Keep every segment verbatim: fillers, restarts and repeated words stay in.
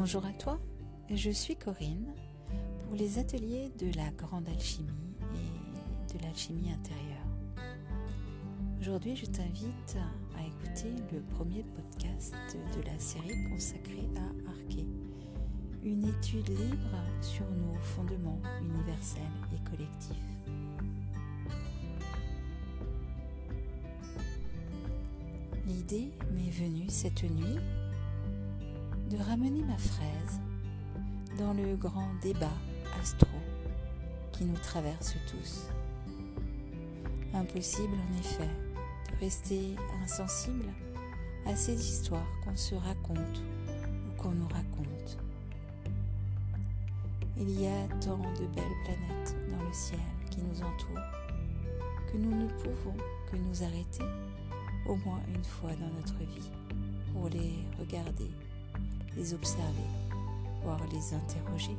Bonjour à toi, je suis Corinne pour les ateliers de la grande alchimie et de l'alchimie intérieure. Aujourd'hui, je t'invite à écouter le premier podcast de la série consacrée à Arché, une étude libre sur nos fondements universels et collectifs. L'idée m'est venue cette nuit de ramener ma fraise dans le grand débat astro qui nous traverse tous. Impossible en effet de rester insensible à ces histoires qu'on se raconte ou qu'on nous raconte. Il y a tant de belles planètes dans le ciel qui nous entourent que nous ne pouvons que nous arrêter au moins une fois dans notre vie pour les regarder, les observer, voire les interroger.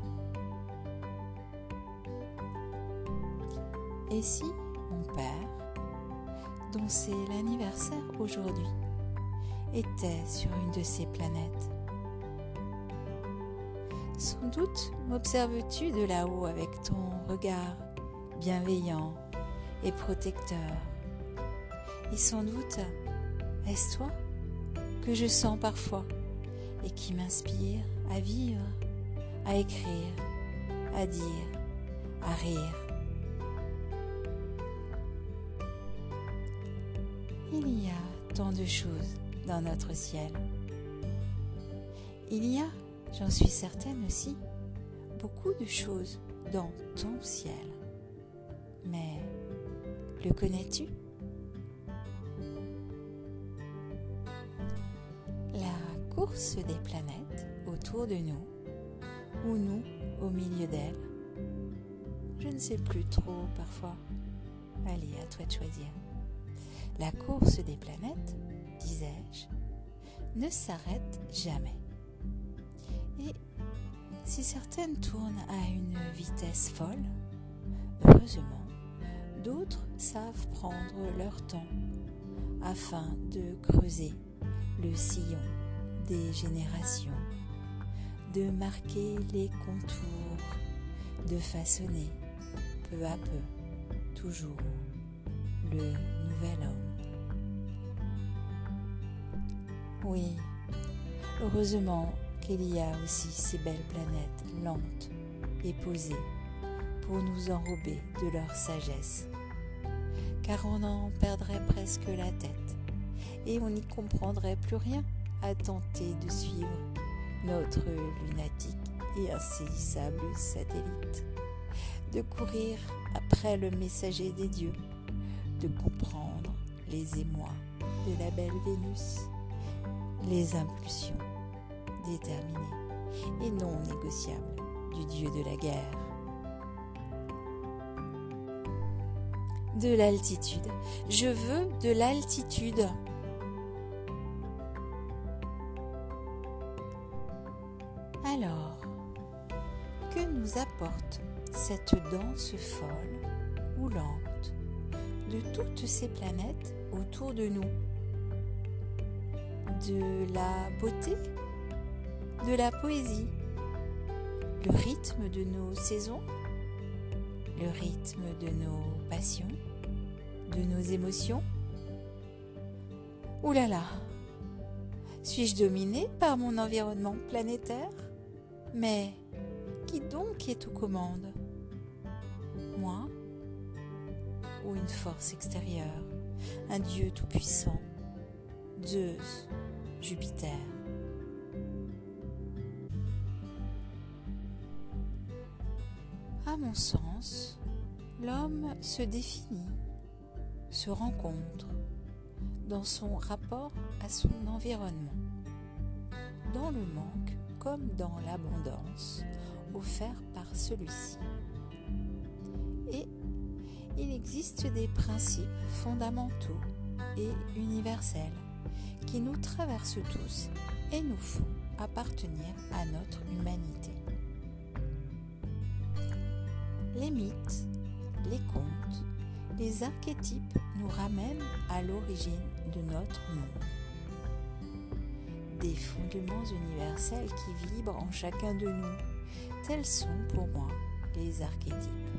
Et si mon père, dont c'est l'anniversaire aujourd'hui, était sur une de ces planètes? Sans doute m'observes-tu de là-haut avec ton regard bienveillant et protecteur. Et sans doute, est-ce toi que je sens parfois et qui m'inspire à vivre, à écrire, à dire, à rire. Il y a tant de choses dans notre ciel. Il y a, j'en suis certaine aussi, beaucoup de choses dans ton ciel. Mais le connais-tu ? La course des planètes autour de nous, ou nous au milieu d'elles, je ne sais plus trop parfois. Allez, à toi de choisir. La course des planètes, disais-je, ne s'arrête jamais. Et si certaines tournent à une vitesse folle, heureusement, d'autres savent prendre leur temps afin de creuser le sillon des générations, de marquer les contours, de façonner peu à peu, toujours, le nouvel homme. Oui, heureusement qu'il y a aussi ces belles planètes lentes et posées pour nous enrober de leur sagesse, car on en perdrait presque la tête et on n'y comprendrait plus rien à tenter de suivre notre lunatique et insaisissable satellite, de courir après le messager des dieux, de comprendre les émois de la belle Vénus, les impulsions déterminées et non négociables du dieu de la guerre. De l'altitude. Je veux de l'altitude. Alors, que nous apporte cette danse folle ou lente de toutes ces planètes autour de nous? De la beauté, de la poésie, le rythme de nos saisons, le rythme de nos passions, de nos émotions. Ouh là là, suis-je dominée par mon environnement planétaire? Mais qui donc est aux commandes? Moi ou une force extérieure, un dieu tout-puissant, Zeus, Jupiter? À mon sens, l'homme se définit, se rencontre dans son rapport à son environnement, dans le manque comme dans l'abondance offert par celui-ci. Et il existe des principes fondamentaux et universels qui nous traversent tous et nous font appartenir à notre humanité. Les mythes, les contes, les archétypes nous ramènent à l'origine de notre monde. des fondements universels qui vibrent en chacun de nous. Tels sont pour moi les archétypes.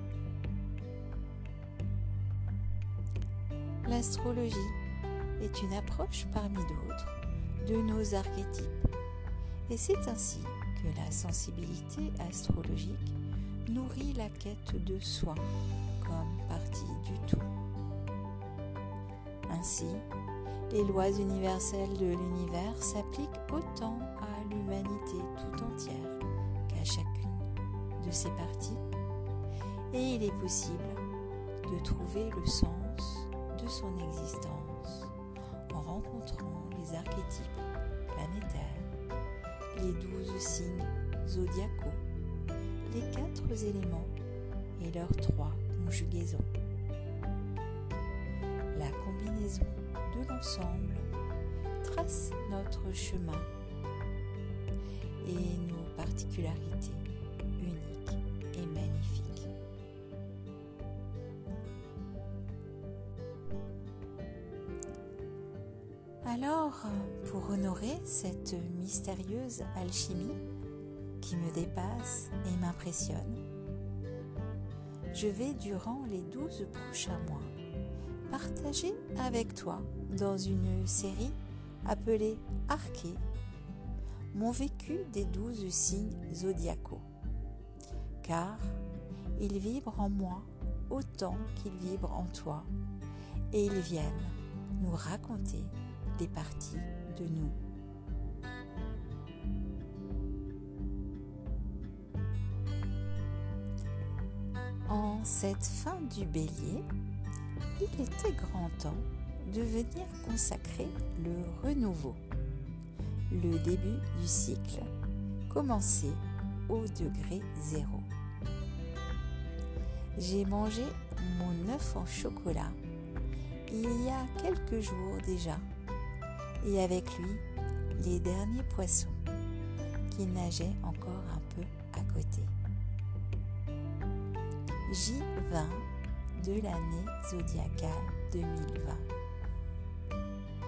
L'astrologie est une approche parmi d'autres de nos archétypes, et c'est ainsi que la sensibilité astrologique nourrit la quête de soi comme partie du tout. Ainsi, les lois universelles de l'univers s'appliquent autant à l'humanité tout entière qu'à chacune de ses parties, et il est possible de trouver le sens de son existence en rencontrant les archétypes planétaires, les douze signes zodiacaux, les quatre éléments et leurs trois conjugaisons. La combinaison de l'ensemble trace notre chemin et nos particularités uniques et magnifiques. Alors, pour honorer cette mystérieuse alchimie qui me dépasse et m'impressionne, je vais durant les douze prochains mois partager avec toi dans une série appelée Archée mon vécu des douze signes zodiacaux, car ils vibrent en moi autant qu'ils vibrent en toi et ils viennent nous raconter des parties de nous. En cette fin du Bélier, il était grand temps de venir consacrer le renouveau, le début du cycle, commencé au degré zéro. J'ai mangé mon œuf en chocolat il y a quelques jours déjà, et avec lui les derniers poissons qui nageaient encore un peu à côté. J vingt de l'année zodiacale deux mille vingt.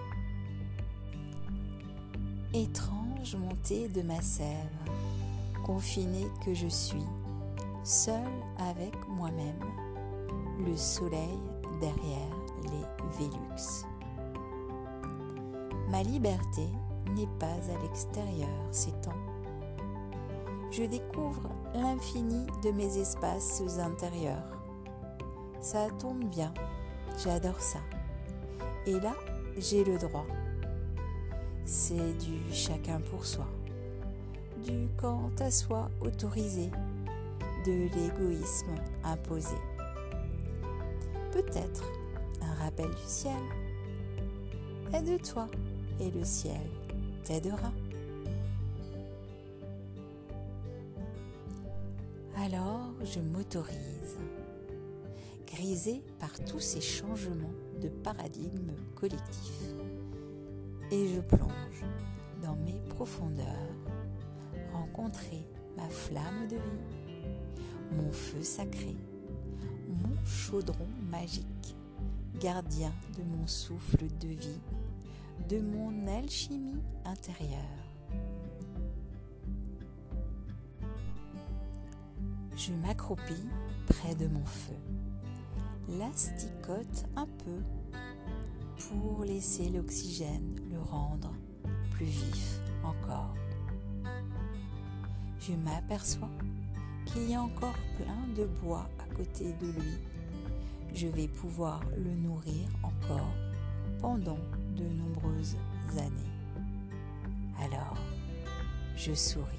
Étrange montée de ma sève, confinée que je suis, seule avec moi-même, le soleil derrière les Vélux. Ma liberté n'est pas à l'extérieur ces temps. Je découvre l'infini de mes espaces intérieurs. Ça tombe bien, j'adore ça. Et là, j'ai le droit. C'est du chacun pour soi, du quant à soi autorisé, de l'égoïsme imposé. Peut-être un rappel du ciel. Aide-toi et le ciel t'aidera. Alors je m'autorise, grisée par tous ces changements de paradigme collectif, et je plonge dans mes profondeurs, rencontrer ma flamme de vie, mon feu sacré, mon chaudron magique, gardien de mon souffle de vie, de mon alchimie intérieure. Je m'accroupis près de mon feu, l'asticote un peu pour laisser l'oxygène le rendre plus vif encore. Je m'aperçois qu'il y a encore plein de bois à côté de lui. Je vais pouvoir le nourrir encore pendant de nombreuses années. Alors, je souris.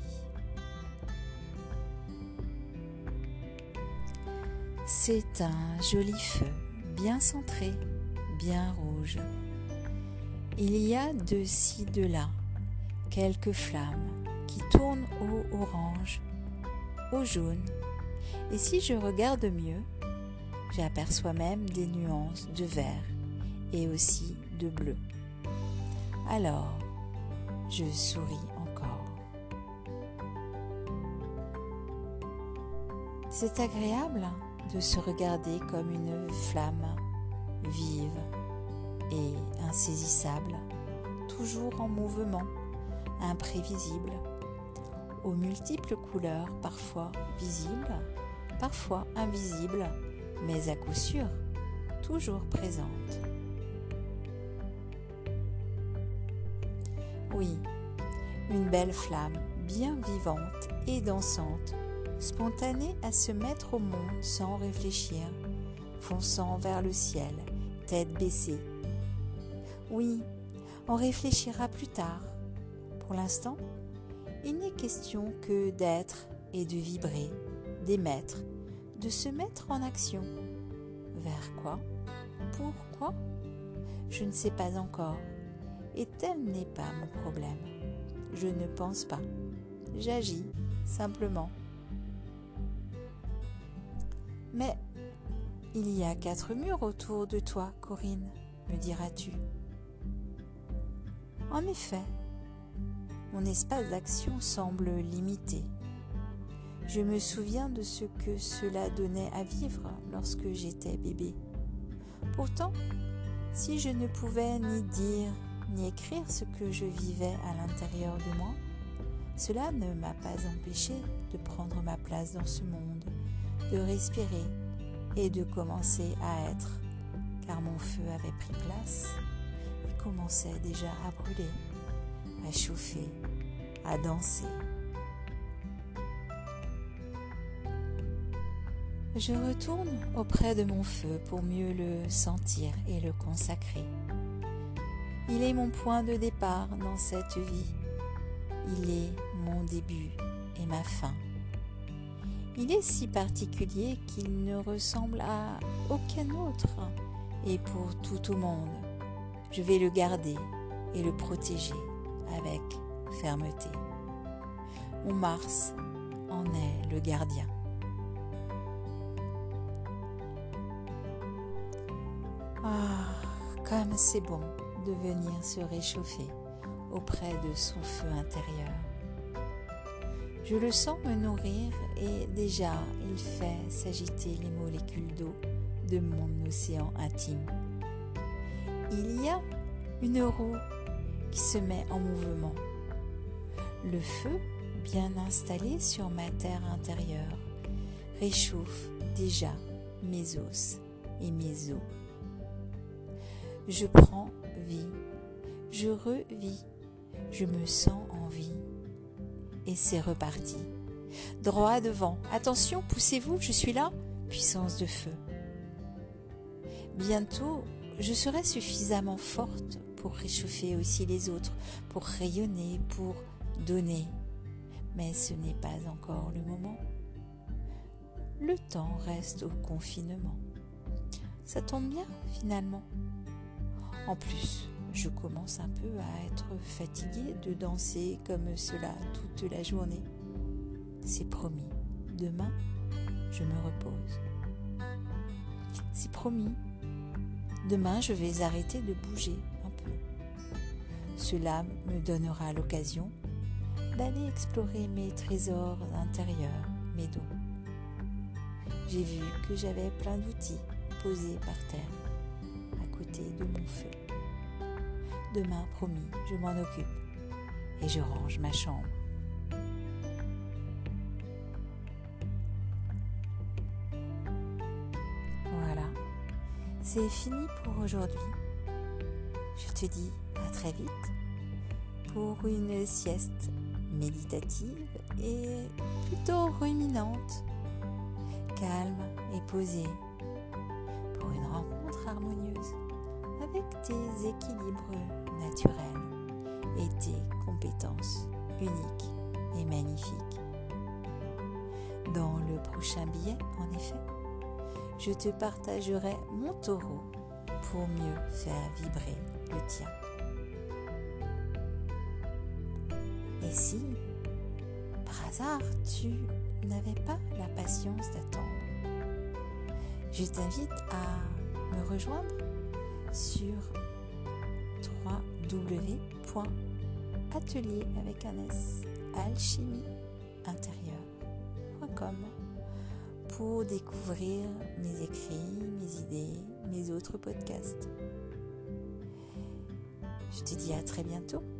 C'est un joli feu, bien centré, bien rouge. Il y a de ci, de là, quelques flammes qui tournent au orange, au jaune, et si je regarde mieux, j'aperçois même des nuances de vert et aussi de bleu. Alors, je souris encore. C'est agréable de se regarder comme une flamme vive et insaisissable, toujours en mouvement, imprévisibles, aux multiples couleurs parfois visibles, parfois invisibles, mais à coup sûr, toujours présentes. Oui, une belle flamme bien vivante et dansante, spontanée à se mettre au monde sans réfléchir, fonçant vers le ciel, tête baissée. Oui, on réfléchira plus tard. Pour l'instant, il n'est question que d'être et de vibrer, d'émettre, de se mettre en action. Vers quoi? Pourquoi? Je ne sais pas encore, et tel n'est pas mon problème. Je ne pense pas, j'agis simplement. Mais il y a quatre murs autour de toi, Corinne, me diras-tu. En effet, mon espace d'action semble limité. Je me souviens de ce que cela donnait à vivre lorsque j'étais bébé. Pourtant, si je ne pouvais ni dire ni écrire ce que je vivais à l'intérieur de moi, cela ne m'a pas empêché de prendre ma place dans ce monde, de respirer et de commencer à être, car mon feu avait pris place et commençait déjà à brûler, à chauffer, à danser. Je retourne auprès de mon feu pour mieux le sentir et le consacrer. Il est mon point de départ dans cette vie. Il est mon début et ma fin. Il est si particulier qu'il ne ressemble à aucun autre et pour tout au monde. Je vais le garder et le protéger avec fermeté. Mon Mars en est le gardien. Ah, comme c'est bon de venir se réchauffer auprès de son feu intérieur. Je le sens me nourrir et déjà il fait s'agiter les molécules d'eau de mon océan intime. Il y a une roue qui se met en mouvement. Le feu, bien installé sur ma terre intérieure, réchauffe déjà mes os et mes os. Je prends vie, je revis, je me sens en vie. Et c'est reparti. Droit devant. Attention, poussez-vous, je suis là. Puissance de feu. Bientôt, je serai suffisamment forte pour réchauffer aussi les autres, pour rayonner, pour donner. Mais ce n'est pas encore le moment. Le temps reste au confinement. Ça tombe bien, finalement. En plus, je commence un peu à être fatiguée de danser comme cela toute la journée. C'est promis, demain, je me repose. C'est promis, demain, je vais arrêter de bouger un peu. Cela me donnera l'occasion d'aller explorer mes trésors intérieurs, mes dons. J'ai vu que j'avais plein d'outils posés par terre, à côté de mon feu. Demain, promis, je m'en occupe et je range ma chambre. Voilà, c'est fini pour aujourd'hui. Je te dis à très vite pour une sieste méditative et plutôt ruminante, calme et posée, pour une rencontre harmonieuse avec tes équilibres naturels et tes compétences uniques et magnifiques. Dans le prochain billet, en effet, je te partagerai mon taureau pour mieux faire vibrer le tien. Et si, par hasard, tu n'avais pas la patience d'attendre, je t'invite à me rejoindre sur w w w point atelier avec un S alchimie intérieure point com pour découvrir mes écrits, mes idées, mes autres podcasts. Je te dis à très bientôt.